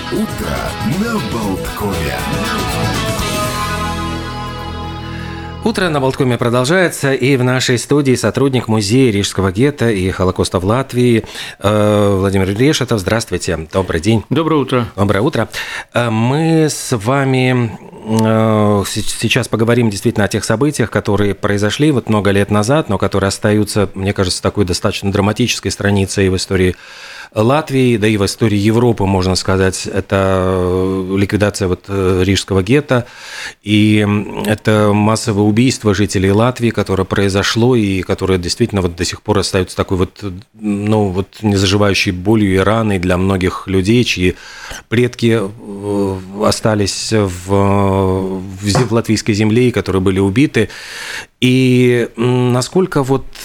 Утро на Болткове. Утро на Болткоме продолжается, и в нашей студии сотрудник музея Рижского гетто и Холокоста в Латвии Владимир Решетов. Здравствуйте, добрый день. Доброе утро. Доброе утро. Мы с вами сейчас поговорим действительно о тех событиях, которые произошли много лет назад, но которые остаются, мне кажется, такой достаточно драматической страницей в истории Латвии, да и в истории Европы, можно сказать. Это ликвидация Рижского гетто, и это массовое убийство жителей Латвии, которое произошло и которое действительно до сих пор остается такой незаживающей болью и раной для многих людей, чьи предки остались в латвийской земле и которые были убиты. И насколько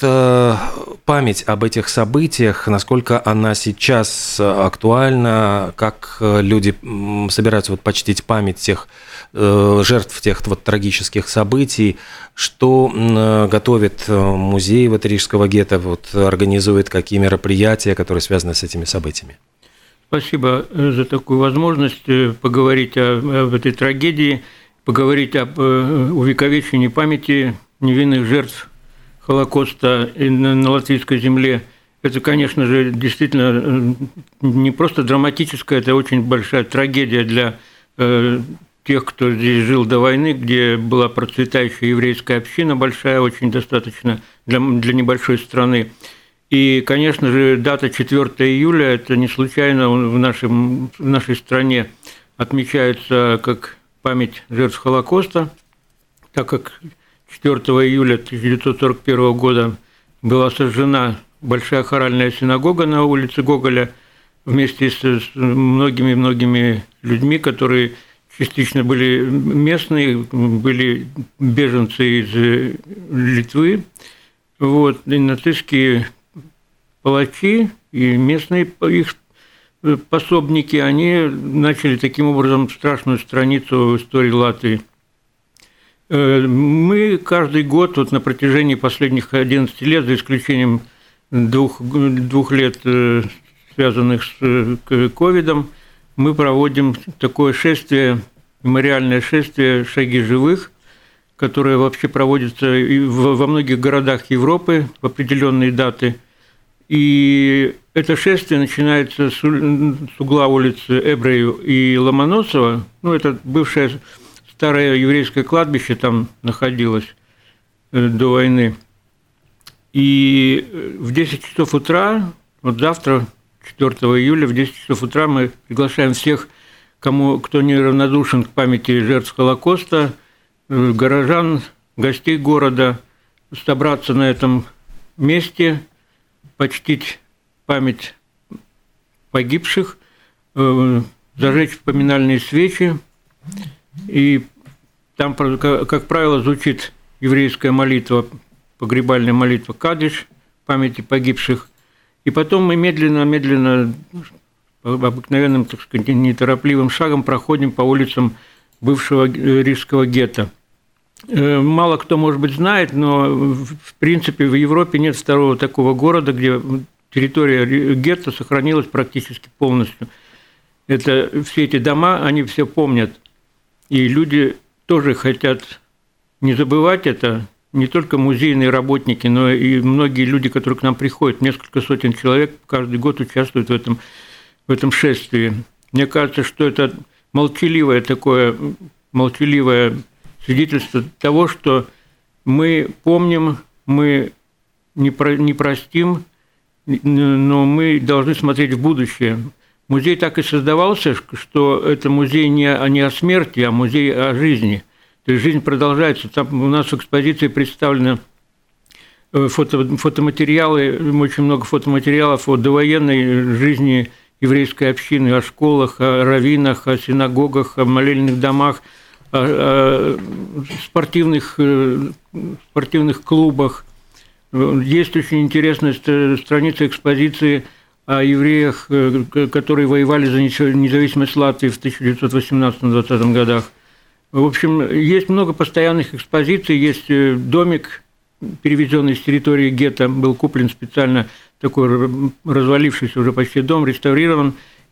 память об этих событиях, насколько она сейчас актуальна, как люди собираются почтить память тех жертв тех трагических событий, что готовит музей Рижского гетто, организует какие мероприятия, которые связаны с этими событиями? Спасибо за такую возможность поговорить об этой трагедии, поговорить об увековечении памяти невинных жертв Холокоста на латвийской земле. Это, конечно же, действительно не просто драматическая, это очень большая трагедия для тех, кто здесь жил до войны, где была процветающая еврейская община, большая, очень достаточно для небольшой страны. И, конечно же, дата 4 июля, это не случайно в нашей стране отмечается как память жертв Холокоста, так как 4 июля 1941 года была сожжена большая хоральная синагога на улице Гоголя вместе с многими-многими людьми, которые частично были местные, были беженцы из Литвы. И нацистские палачи и местные их пособники, они начали таким образом страшную страницу в истории Латвии. Мы каждый год на протяжении последних 11 лет, за исключением двух лет, связанных с ковидом, мы проводим такое шествие, мемориальное шествие «Шаги живых», которое вообще проводится во многих городах Европы в определенные даты. И это шествие начинается с угла улицы Эбрею и Ломоносова, это бывшее старое еврейское кладбище там находилось до войны. И в 10 часов утра, завтра, 4 июля, в 10 часов утра мы приглашаем всех, кто неравнодушен к памяти жертв Холокоста, горожан, гостей города, собраться на этом месте, почтить память погибших, зажечь поминальные свечи. И там, как правило, звучит еврейская молитва, погребальная молитва «Кадиш» памяти погибших. И потом мы медленно, обыкновенным, так сказать, неторопливым шагом проходим по улицам бывшего Рижского гетто. Мало кто, может быть, знает, но, в принципе, в Европе нет второго такого города, где территория гетто сохранилась практически полностью. Все эти дома, они все помнят. И люди тоже хотят не забывать это, не только музейные работники, но и многие люди, которые к нам приходят, несколько сотен человек каждый год участвуют в этом шествии. Мне кажется, что это молчаливое свидетельство того, что мы помним, мы не простим, но мы должны смотреть в будущее. Музей так и создавался, что это музей не о смерти, а музей о жизни. То есть жизнь продолжается. Там у нас в экспозиции представлены фотоматериалы, очень много фотоматериалов о довоенной жизни еврейской общины, о школах, о раввинах, о синагогах, о молельных домах, о спортивных клубах. Есть очень интересная страница экспозиции о евреях, которые воевали за независимость Латвии в 1918-20 годах. В общем, есть много постоянных экспозиций, есть домик, перевезенный с территории гетто, был куплен специально, такой развалившийся уже почти дом, реставрирован,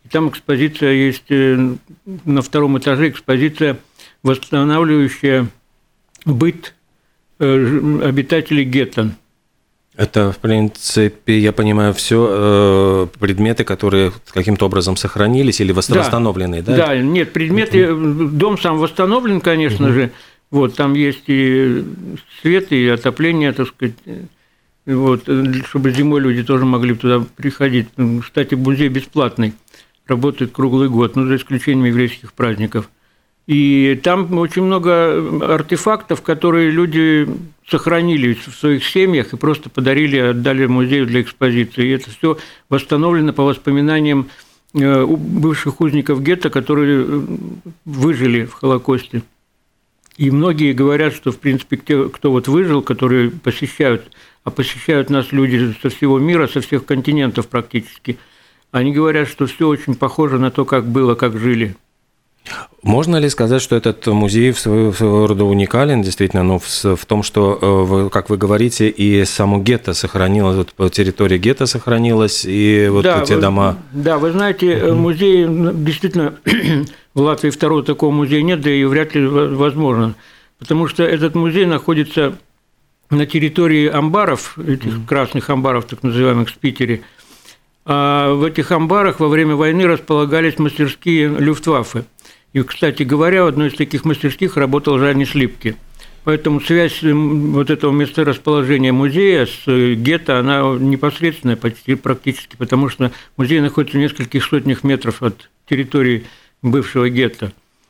И там экспозиция есть, на втором этаже экспозиция, восстанавливающая быт обитателей гетто. Это, в принципе, я понимаю, все предметы, которые каким-то образом сохранились или восстановлены, да? Да, нет, предметы, дом сам восстановлен, конечно же, вот, там есть и свет, и отопление, так сказать, вот, чтобы зимой люди тоже могли туда приходить. Кстати, музей бесплатный, работает круглый год, за исключением еврейских праздников. И там очень много артефактов, которые люди сохранили в своих семьях и просто подарили, отдали музею для экспозиции. И это все восстановлено по воспоминаниям бывших узников гетто, которые выжили в Холокосте. И многие говорят, что, в принципе, те, кто вот выжил, которые посещают, а посещают нас люди со всего мира, со всех континентов практически, они говорят, что все очень похоже на то, как было, как жили. Можно ли сказать, что этот музей своего рода уникален, действительно, в том, что, как вы говорите, и само гетто сохранилось, вот по территории гетто сохранилось, и вот да, эти дома… Да, вы знаете, музей, действительно, в Латвии второго такого музея нет, да и вряд ли возможно, потому что этот музей находится на территории амбаров, этих красных амбаров, так называемых, в Питере, а в этих амбарах во время войны располагались мастерские Люфтваффе. И, кстати говоря, в одной из таких мастерских работал Жанис Липке. Поэтому связь вот этого месторасположения музея с гетто, она непосредственная почти практически, потому что музей находится в нескольких сотнях метров от территории бывшего гетто.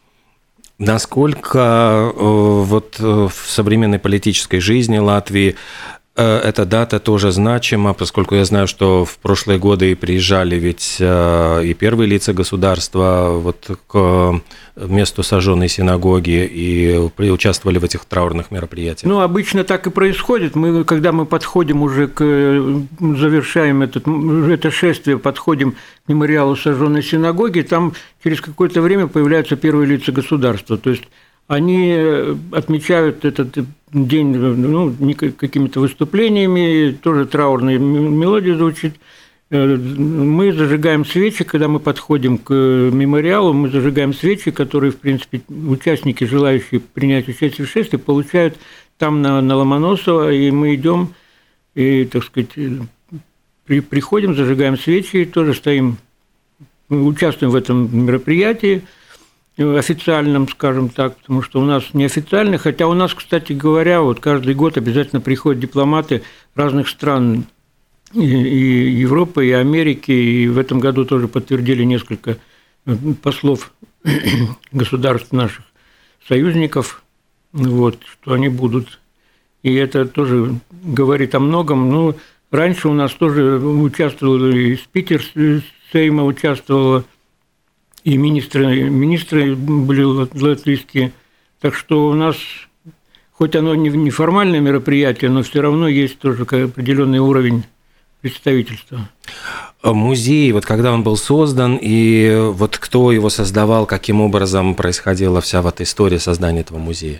Насколько вот в современной политической жизни Латвии эта дата тоже значима, поскольку я знаю, что в прошлые годы приезжали ведь и первые лица государства вот к месту сожженной синагоги и участвовали в этих траурных мероприятиях. Обычно так и происходит. Когда мы подходим уже завершаем это шествие, подходим к мемориалу сожженной синагоги, там через какое-то время появляются первые лица государства. То есть они отмечают этот день какими-то выступлениями, тоже траурные мелодии звучит. Мы зажигаем свечи, когда мы подходим к мемориалу, мы зажигаем свечи, которые, в принципе, участники, желающие принять участие в шествии, получают там на Ломоносова, и мы идем и, так сказать, приходим, зажигаем свечи, тоже стоим, участвуем в этом мероприятии, официальном, скажем так, потому что у нас неофициально, хотя у нас, кстати говоря, вот каждый год обязательно приходят дипломаты разных стран, и Европы, и Америки, и в этом году тоже подтвердили несколько послов государств наших союзников, вот, что они будут. И это тоже говорит о многом. Раньше у нас тоже участвовали, из Питера, Сейма участвовала, и министры были латвийские. Так что у нас, хоть оно не формальное мероприятие, но все равно есть тоже определенный уровень представительства. Музей, вот когда он был создан, и вот кто его создавал, каким образом происходила вся вот история создания этого музея?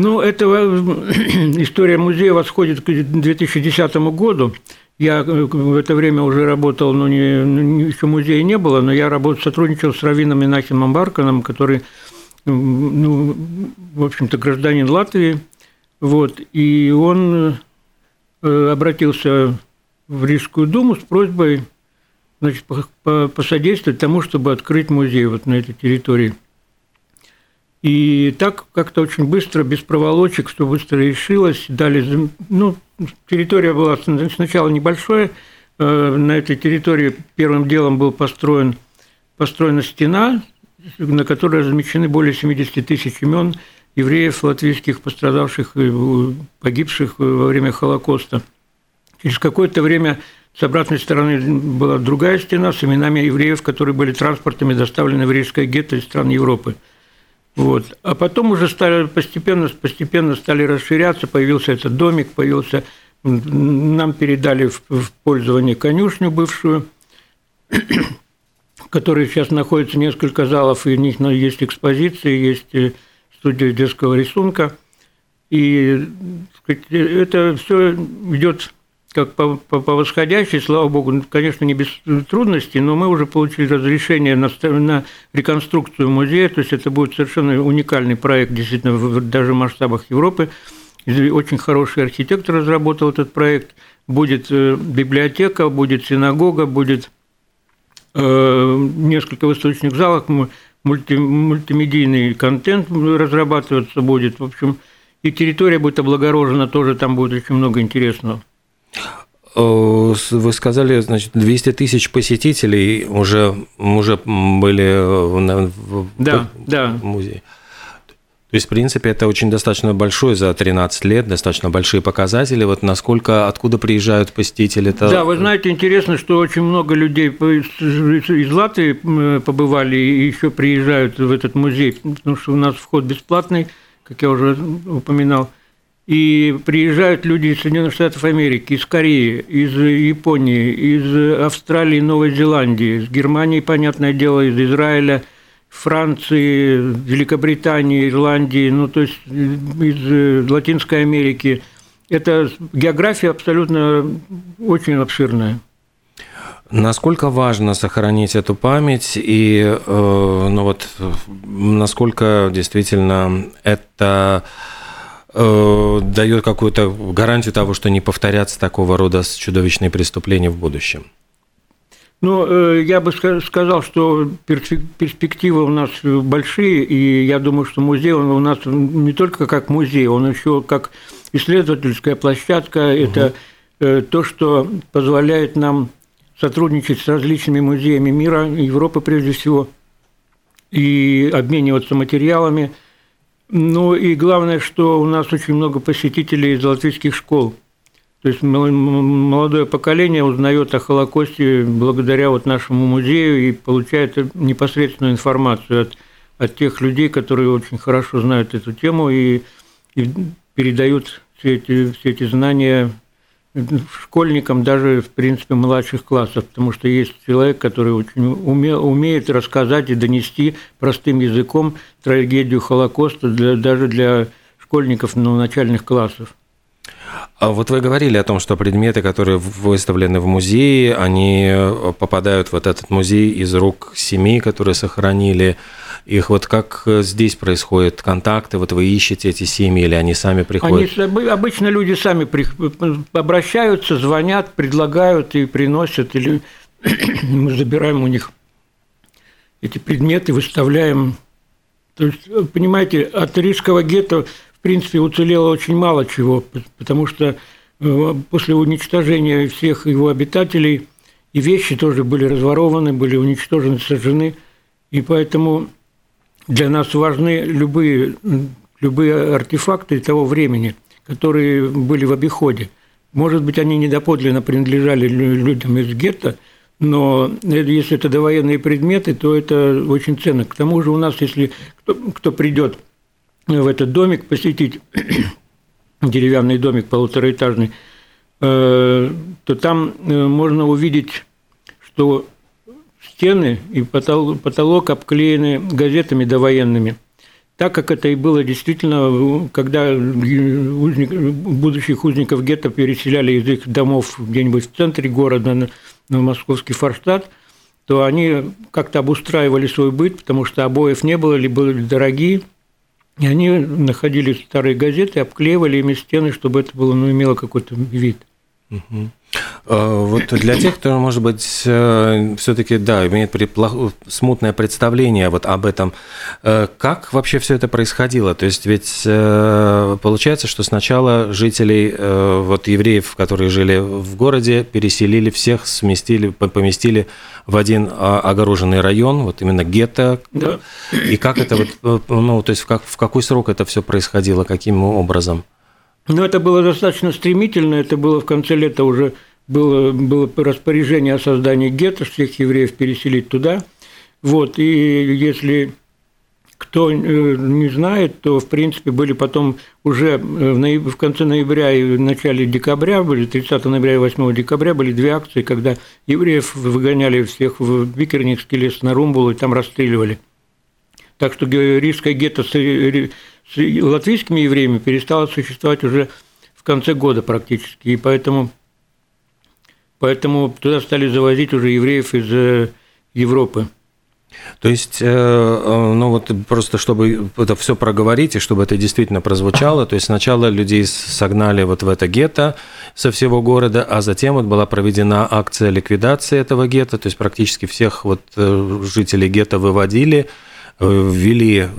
История музея восходит к 2010 году. Я в это время уже работал, еще музея не было, но я сотрудничал с раввином Менахемом Барканом, который, в общем-то, гражданин Латвии, вот, и он обратился в Рижскую думу с просьбой, значит, посодействовать тому, чтобы открыть музей вот на этой территории. И так как-то очень быстро, без проволочек, все быстро решилось. Территория была сначала небольшая. На этой территории первым делом была построена стена, на которой размещены более 70 тысяч имен евреев латвийских, пострадавших и погибших во время Холокоста. Через какое-то время с обратной стороны была другая стена с именами евреев, которые были транспортами доставлены в Рижское гетто из стран Европы. Вот. А потом уже постепенно стали расширяться, появился этот домик, нам передали в пользование конюшню бывшую, в которой сейчас находится несколько залов, и в них есть экспозиции, есть студия детского рисунка. И это все идет как по восходящей, слава богу, конечно, не без трудностей, но мы уже получили разрешение на реконструкцию музея, то есть это будет совершенно уникальный проект, действительно, даже в масштабах Европы. Очень хороший архитектор разработал этот проект. Будет библиотека, будет синагога, будет несколько выставочных залов, мультимедийный контент разрабатываться будет. В общем, и территория будет облагорожена, тоже там будет очень много интересного. Вы сказали, значит, 200 тысяч посетителей уже были в музее. То есть, в принципе, это очень достаточно большой за 13 лет, достаточно большие показатели. Вот откуда приезжают посетители? Да, вы знаете, интересно, что очень много людей из Латвии побывали и еще приезжают в этот музей, потому что у нас вход бесплатный, как я уже упоминал. И приезжают люди из Соединенных Штатов Америки, из Кореи, из Японии, из Австралии, Новой Зеландии, из Германии, понятное дело, из Израиля, Франции, Великобритании, Ирландии, ну, то есть из Латинской Америки. Это география абсолютно очень обширная. Насколько важно сохранить эту память и насколько действительно это дает какую-то гарантию того, что не повторятся такого рода чудовищные преступления в будущем? Ну, я бы сказал, что перспективы у нас большие, и я думаю, что музей он у нас не только как музей, он еще как исследовательская площадка. Это то, что позволяет нам сотрудничать с различными музеями мира, Европы прежде всего, и обмениваться материалами. Ну и главное, что у нас очень много посетителей из латвийских школ. То есть молодое поколение узнает о Холокосте благодаря вот нашему музею и получает непосредственную информацию от тех людей, которые очень хорошо знают эту тему и передают все эти знания школьникам, даже, в принципе, младших классов, потому что есть человек, который очень умеет рассказать и донести простым языком трагедию Холокоста даже для школьников начальных классов. А вот вы говорили о том, что предметы, которые выставлены в музее, они попадают в вот этот музей из рук семей, которые сохранили их. Вот как здесь происходят контакты? Вот вы ищете эти семьи или они сами приходят? Обычно люди сами обращаются, звонят, предлагают и приносят, или мы забираем у них эти предметы, выставляем. То есть, понимаете, от Рижского гетто в принципе уцелело очень мало чего, потому что после уничтожения всех его обитателей и вещи тоже были разворованы, были уничтожены, сожжены, и поэтому для нас важны любые артефакты того времени, которые были в обиходе. Может быть, они недоподлинно принадлежали людям из гетто, но если это довоенные предметы, то это очень ценно. К тому же у нас, если кто придет в этот домик посетить, деревянный домик полутораэтажный, то там можно увидеть, что стены и потолок обклеены газетами довоенными, так как это и было действительно, когда будущих узников гетто переселяли из их домов где-нибудь в центре города на московский Форштадт, то они как-то обустраивали свой быт, потому что обоев не было или были дорогие. И они находили старые газеты, обклеивали ими стены, чтобы это было, имело какой-то вид. Угу. Вот для тех, кто, может быть, все-таки, имеет смутное представление вот об этом, как вообще все это происходило? То есть ведь получается, что сначала жителей, вот евреев, которые жили в городе, переселили всех, поместили в один огороженный район, вот именно гетто. Да. И как это то есть в какой срок это все происходило, каким образом? Это было достаточно стремительно, это было в конце лета уже было распоряжение о создании гетто, всех евреев переселить туда. Вот, и если кто не знает, то, в принципе, были потом уже в конце ноября и в начале декабря, были 30 ноября и 8 декабря, были две акции, когда евреев выгоняли всех в Викерникский лес на Румбулу и там расстреливали. Так что Рижское гетто с латвийскими евреями перестало существовать уже в конце года практически, и поэтому Поэтому туда стали завозить уже евреев из Европы. То есть, ну вот просто чтобы это все проговорить, и чтобы это действительно прозвучало, то есть сначала людей согнали вот в это гетто со всего города, а затем вот была проведена акция ликвидации этого гетто, то есть практически всех вот жителей гетто выводили, ввели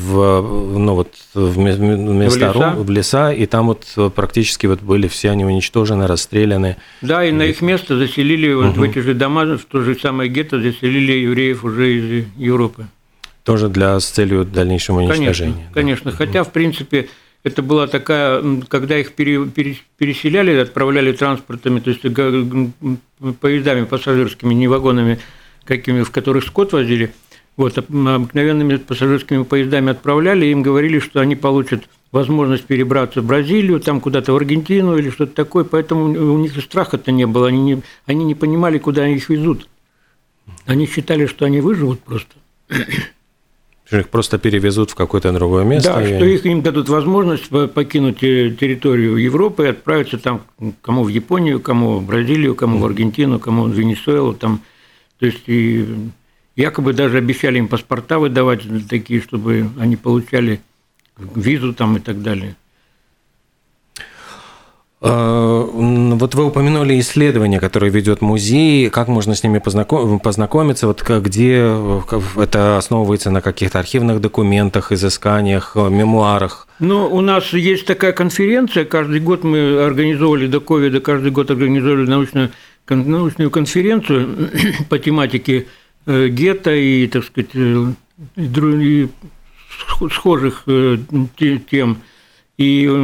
в места, в леса, и там вот практически вот были все они уничтожены, расстреляны. Да, и на их место заселили, вот в эти же дома, в то же самое гетто заселили евреев уже из Европы. Тоже с целью дальнейшего уничтожения. Конечно. Хотя, в принципе, это была такая, когда их переселяли, отправляли транспортами, то есть поездами пассажирскими, не вагонами, какими, в которых скот возили, вот, обыкновенными пассажирскими поездами отправляли, и им говорили, что они получат возможность перебраться в Бразилию, там куда-то в Аргентину или что-то такое, поэтому у них и страха-то не было, они не понимали, куда их везут. Они считали, что они выживут просто. Что их просто перевезут в какое-то другое место? Да, что им дадут возможность покинуть территорию Европы и отправиться там, кому в Японию, кому в Бразилию, кому в Аргентину, кому в Венесуэлу, там, то есть и якобы даже обещали им паспорта выдавать такие, чтобы они получали визу там и так далее. Вот вы упомянули исследования, которые ведет музей, как можно с ними познакомиться, вот где это основывается на каких-то архивных документах, изысканиях, мемуарах? Ну, у нас есть такая конференция, каждый год мы организовывали до ковида, каждый год организовывали научную конференцию по тематике гетто и, так сказать, и схожих тем. И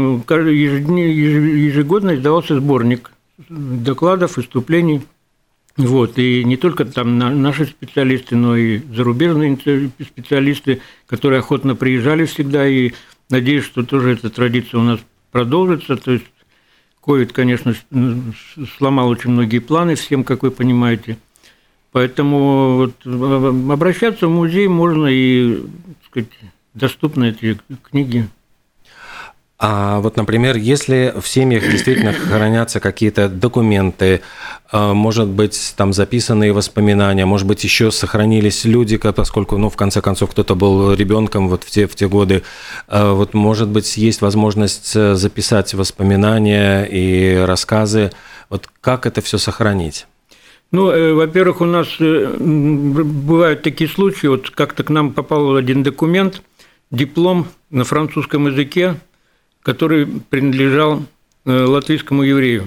ежегодно издавался сборник докладов, выступлений. Вот. И не только там наши специалисты, но и зарубежные специалисты, которые охотно приезжали всегда. И надеюсь, что тоже эта традиция у нас продолжится. То есть ковид, конечно, сломал очень многие планы всем, как вы понимаете. Поэтому вот обращаться в музей можно, и, так сказать, доступны эти книги. А вот, например, если в семьях действительно хранятся какие-то документы, может быть, там записанные воспоминания, может быть, еще сохранились люди, поскольку, ну, в конце концов, кто-то был ребенком вот в те годы, вот, может быть, есть возможность записать воспоминания и рассказы, вот как это все сохранить? Ну, во-первых, у нас бывают такие случаи, вот как-то к нам попал один документ, диплом на французском языке, который принадлежал латвийскому еврею.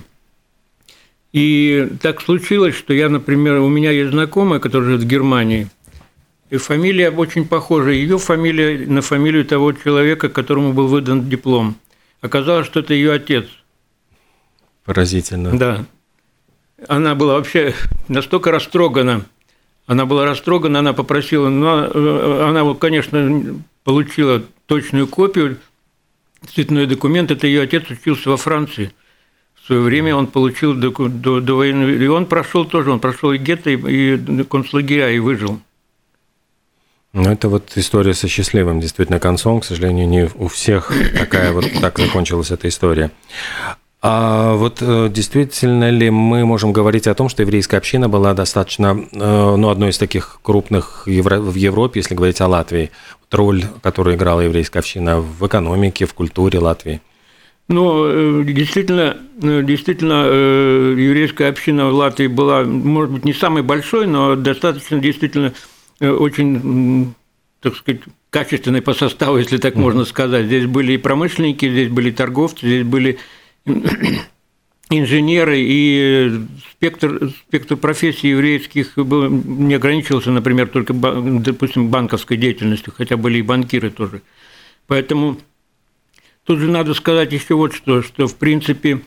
И так случилось, что я, например, у меня есть знакомая, которая живет в Германии, и фамилия очень похожа, ее фамилия на фамилию того человека, которому был выдан диплом. Оказалось, что это ее отец. Поразительно. Да. Она была вообще настолько растрогана. Она попросила, она, конечно, получила точную копию, цветной документ, это ее отец учился во Франции. В свое время он получил до войны, и он прошел и гетто, и концлагеря, и выжил. Ну, это вот история со счастливым действительно концом, к сожалению, не у всех так закончилась эта история. А вот действительно ли мы можем говорить о том, что еврейская община была достаточно, одной из таких крупных в Европе, если говорить о Латвии, роль, которую играла еврейская община в экономике, в культуре Латвии? Ну, действительно, еврейская община в Латвии была, может быть, не самой большой, но достаточно, действительно, очень, так сказать, качественной по составу, если так можно сказать. Здесь были и промышленники, здесь были торговцы, здесь были инженеры, и спектр профессий еврейских не ограничивался, например, только, допустим, банковской деятельностью, хотя были и банкиры тоже. Поэтому тут же надо сказать еще вот что в принципе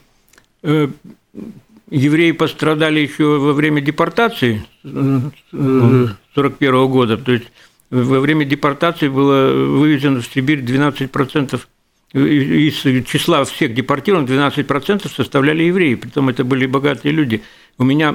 евреи пострадали еще во время депортации 1941 года, то есть во время депортации было вывезено в Сибирь 12%. Из числа всех депортированных 12% составляли евреи, притом это были богатые люди. У меня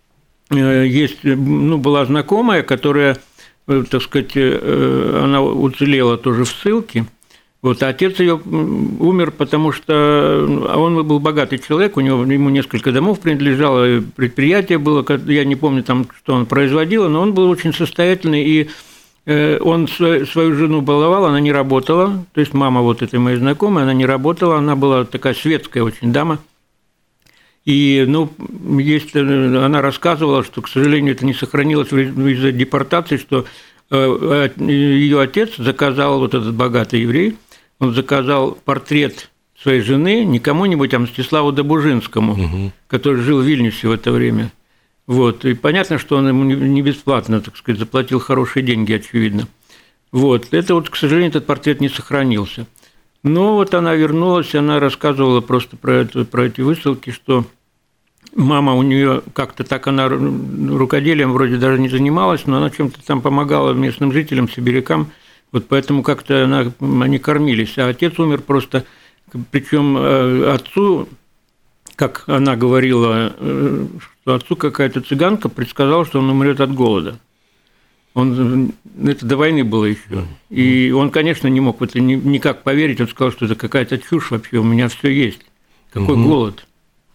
была знакомая, которая, так сказать, она уцелела тоже в ссылке, Вот, а отец ее умер, потому что он был богатый человек, ему несколько домов принадлежало, предприятие было, я не помню, там, что он производил, но он был очень состоятельный, и он свою жену баловал, она не работала, то есть мама вот этой моей знакомой, она не работала, она была такая светская очень дама. И, она рассказывала, что, к сожалению, это не сохранилось из-за депортации, что ее отец заказал, вот этот богатый еврей, он заказал портрет своей жены не кому-нибудь, а Мстиславу Добужинскому, который жил в Вильнюсе в это время. Вот. И понятно, что он ему не бесплатно, так сказать, заплатил хорошие деньги, очевидно. Вот. Это вот, к сожалению, этот портрет не сохранился. Но вот она вернулась, она рассказывала просто про эти высылки, что мама у нее как-то так, она рукоделием вроде даже не занималась, но она чем-то там помогала местным жителям, сибирякам, вот поэтому как-то они кормились. А отец умер просто, причем отцу, как она говорила, что отцу какая-то цыганка предсказала, что он умрет от голода. Это до войны было еще. И он, конечно, не мог в это никак поверить. Он сказал, что это какая-то чушь вообще, у меня все есть. Какой голод?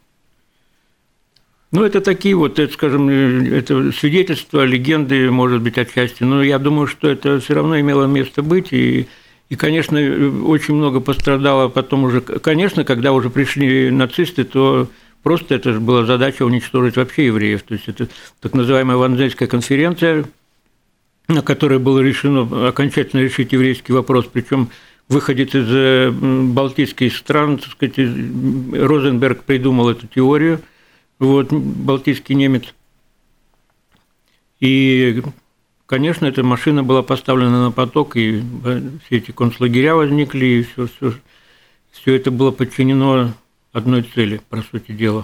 Это такие вот, это свидетельства, легенды, может быть, отчасти. Но я думаю, что это все равно имело место быть. И, конечно, очень много пострадало потом уже. Конечно, когда уже пришли нацисты, то просто это же была задача уничтожить вообще евреев. То есть это так называемая Ванзейская конференция, на которой было решено окончательно решить еврейский вопрос, причем выходец из балтийских стран, так сказать, Розенберг придумал эту теорию, вот, балтийский немец. И, конечно, эта машина была поставлена на поток, и все эти концлагеря возникли, и все это было подчинено одной цели, по сути дела.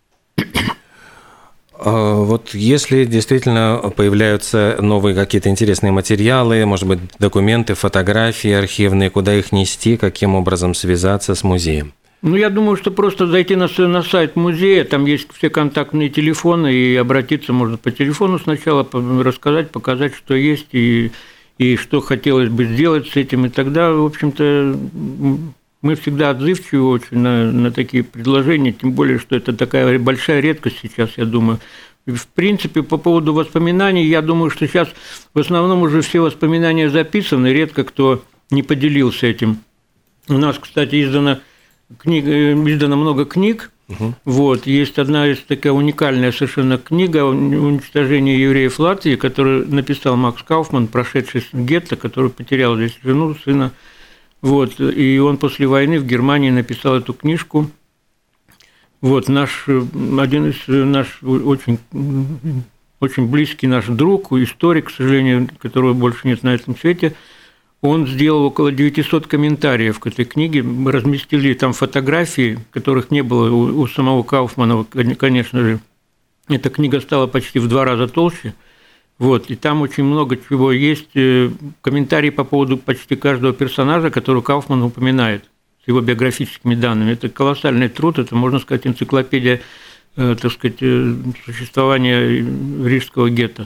Вот если действительно появляются новые какие-то интересные материалы, может быть, документы, фотографии архивные, куда их нести, каким образом связаться с музеем? Я думаю, что просто зайти на сайт музея, там есть все контактные телефоны, и обратиться можно по телефону сначала, рассказать, показать, что есть, и что хотелось бы сделать с этим, и тогда, в общем-то, мы всегда отзывчивы очень на такие предложения, тем более, что это такая большая редкость сейчас, я думаю. В принципе, по поводу воспоминаний, я думаю, что сейчас в основном уже все воспоминания записаны, редко кто не поделился этим. У нас, кстати, издано много книг. Вот, есть одна такая уникальная совершенно книга «Уничтожение евреев в Латвии», которую написал Макс Кауфман, прошедший гетто, который потерял здесь жену, сына. Вот, и он после войны в Германии написал эту книжку. Вот, один из наш очень близкий наш друг, историк, к сожалению, которого больше нет на этом свете, он сделал около 900 комментариев к этой книге. Мы разместили там фотографии, которых не было у самого Кауфмана, конечно же. Эта книга стала почти в 2 раза толще. Вот, и там очень много чего есть, комментарии по поводу почти каждого персонажа, которого Кауфман упоминает, с его биографическими данными. Это колоссальный труд, это, можно сказать, энциклопедия, так сказать, существования рижского гетто.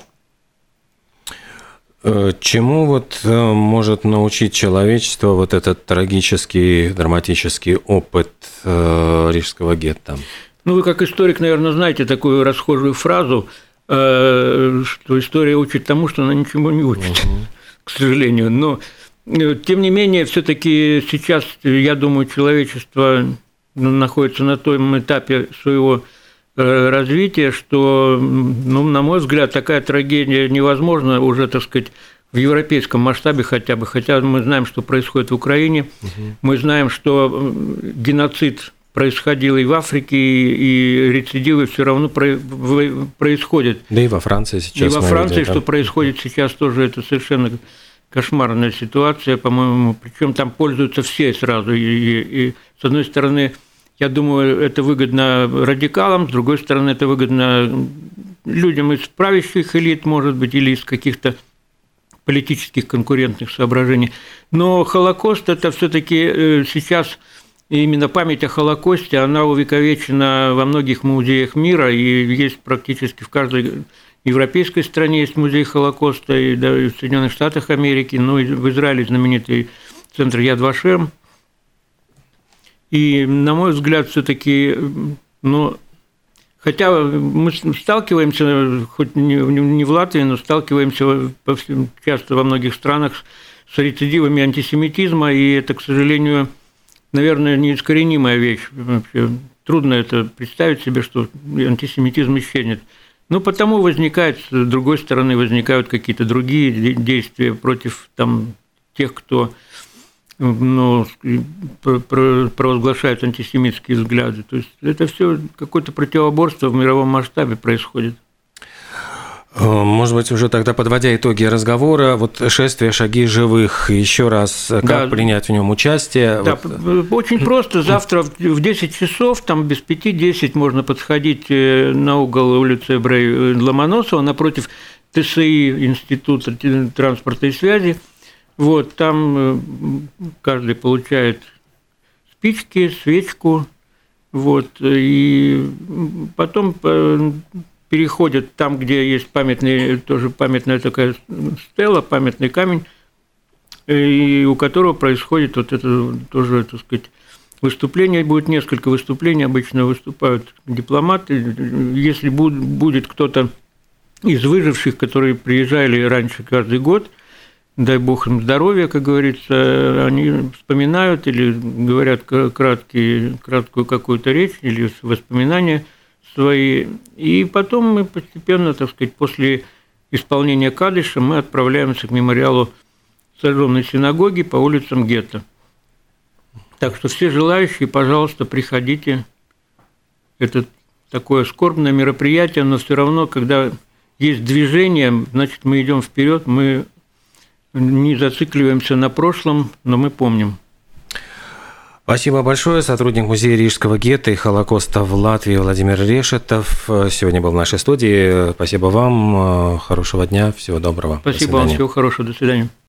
Чему вот может научить человечество вот этот трагический, драматический опыт рижского гетто? Вы как историк, наверное, знаете такую расхожую фразу, что история учит тому, что она ничего не учит, к сожалению. Но, тем не менее, все-таки сейчас, я думаю, человечество находится на том этапе своего развития, что, на мой взгляд, такая трагедия невозможна уже, так сказать, в европейском масштабе хотя бы. Хотя мы знаем, что происходит в Украине, мы знаем, что геноцид происходило и в Африке, и рецидивы все равно происходят. Да и во Франции сейчас. И во Франции, что происходит сейчас, тоже это совершенно кошмарная ситуация, по-моему, причем там пользуются все сразу. И с одной стороны, я думаю, это выгодно радикалам, с другой стороны, это выгодно людям из правящих элит, может быть, или из каких-то политических конкурентных соображений. Но Холокост – это все-таки сейчас именно память о Холокосте, она увековечена во многих музеях мира, и есть практически в каждой европейской стране есть музей Холокоста, и в Соединенных Штатах Америки, и в Израиле знаменитый центр Яд Вашем. И, на мой взгляд, все-таки, хотя мы сталкиваемся, хоть не в Латвии, но сталкиваемся часто во многих странах с рецидивами антисемитизма, и это, к сожалению, наверное, неискоренимая вещь. Вообще трудно это представить себе, что антисемитизм исчезнет. Потому возникает, с другой стороны, возникают какие-то другие действия против тех, кто провозглашает антисемитские взгляды. То есть это все какое-то противоборство в мировом масштабе происходит. Может быть, уже тогда, подводя итоги разговора, шествие «Шаги живых», еще раз, как принять в нем участие? Да, очень просто. Завтра в 10 часов, без 5-10, можно подходить на угол улицы Ломоносова, напротив ТСИ, Института транспорта и связи. Там каждый получает спички, свечку, и потом переходят там, где есть памятная такая стела, памятный камень, и у которого происходит это тоже, так сказать, выступление. Будет несколько выступлений, обычно выступают дипломаты. Если будет кто-то из выживших, которые приезжали раньше каждый год, дай бог им здоровья, как говорится, они вспоминают или говорят краткую какую-то речь или воспоминания свои. И потом мы постепенно, так сказать, после исполнения кадиша мы отправляемся к мемориалу сожженной синагоги по улицам гетто. Так что все желающие, пожалуйста, приходите. Это такое скорбное мероприятие, но все равно, когда есть движение, значит, мы идем вперед, мы не зацикливаемся на прошлом, но мы помним. Спасибо большое. Сотрудник музея Рижского гетто и Холокоста в Латвии Владимир Решетов сегодня был в нашей студии. Спасибо вам. Хорошего дня. Всего доброго. Спасибо вам. Всего хорошего. До свидания.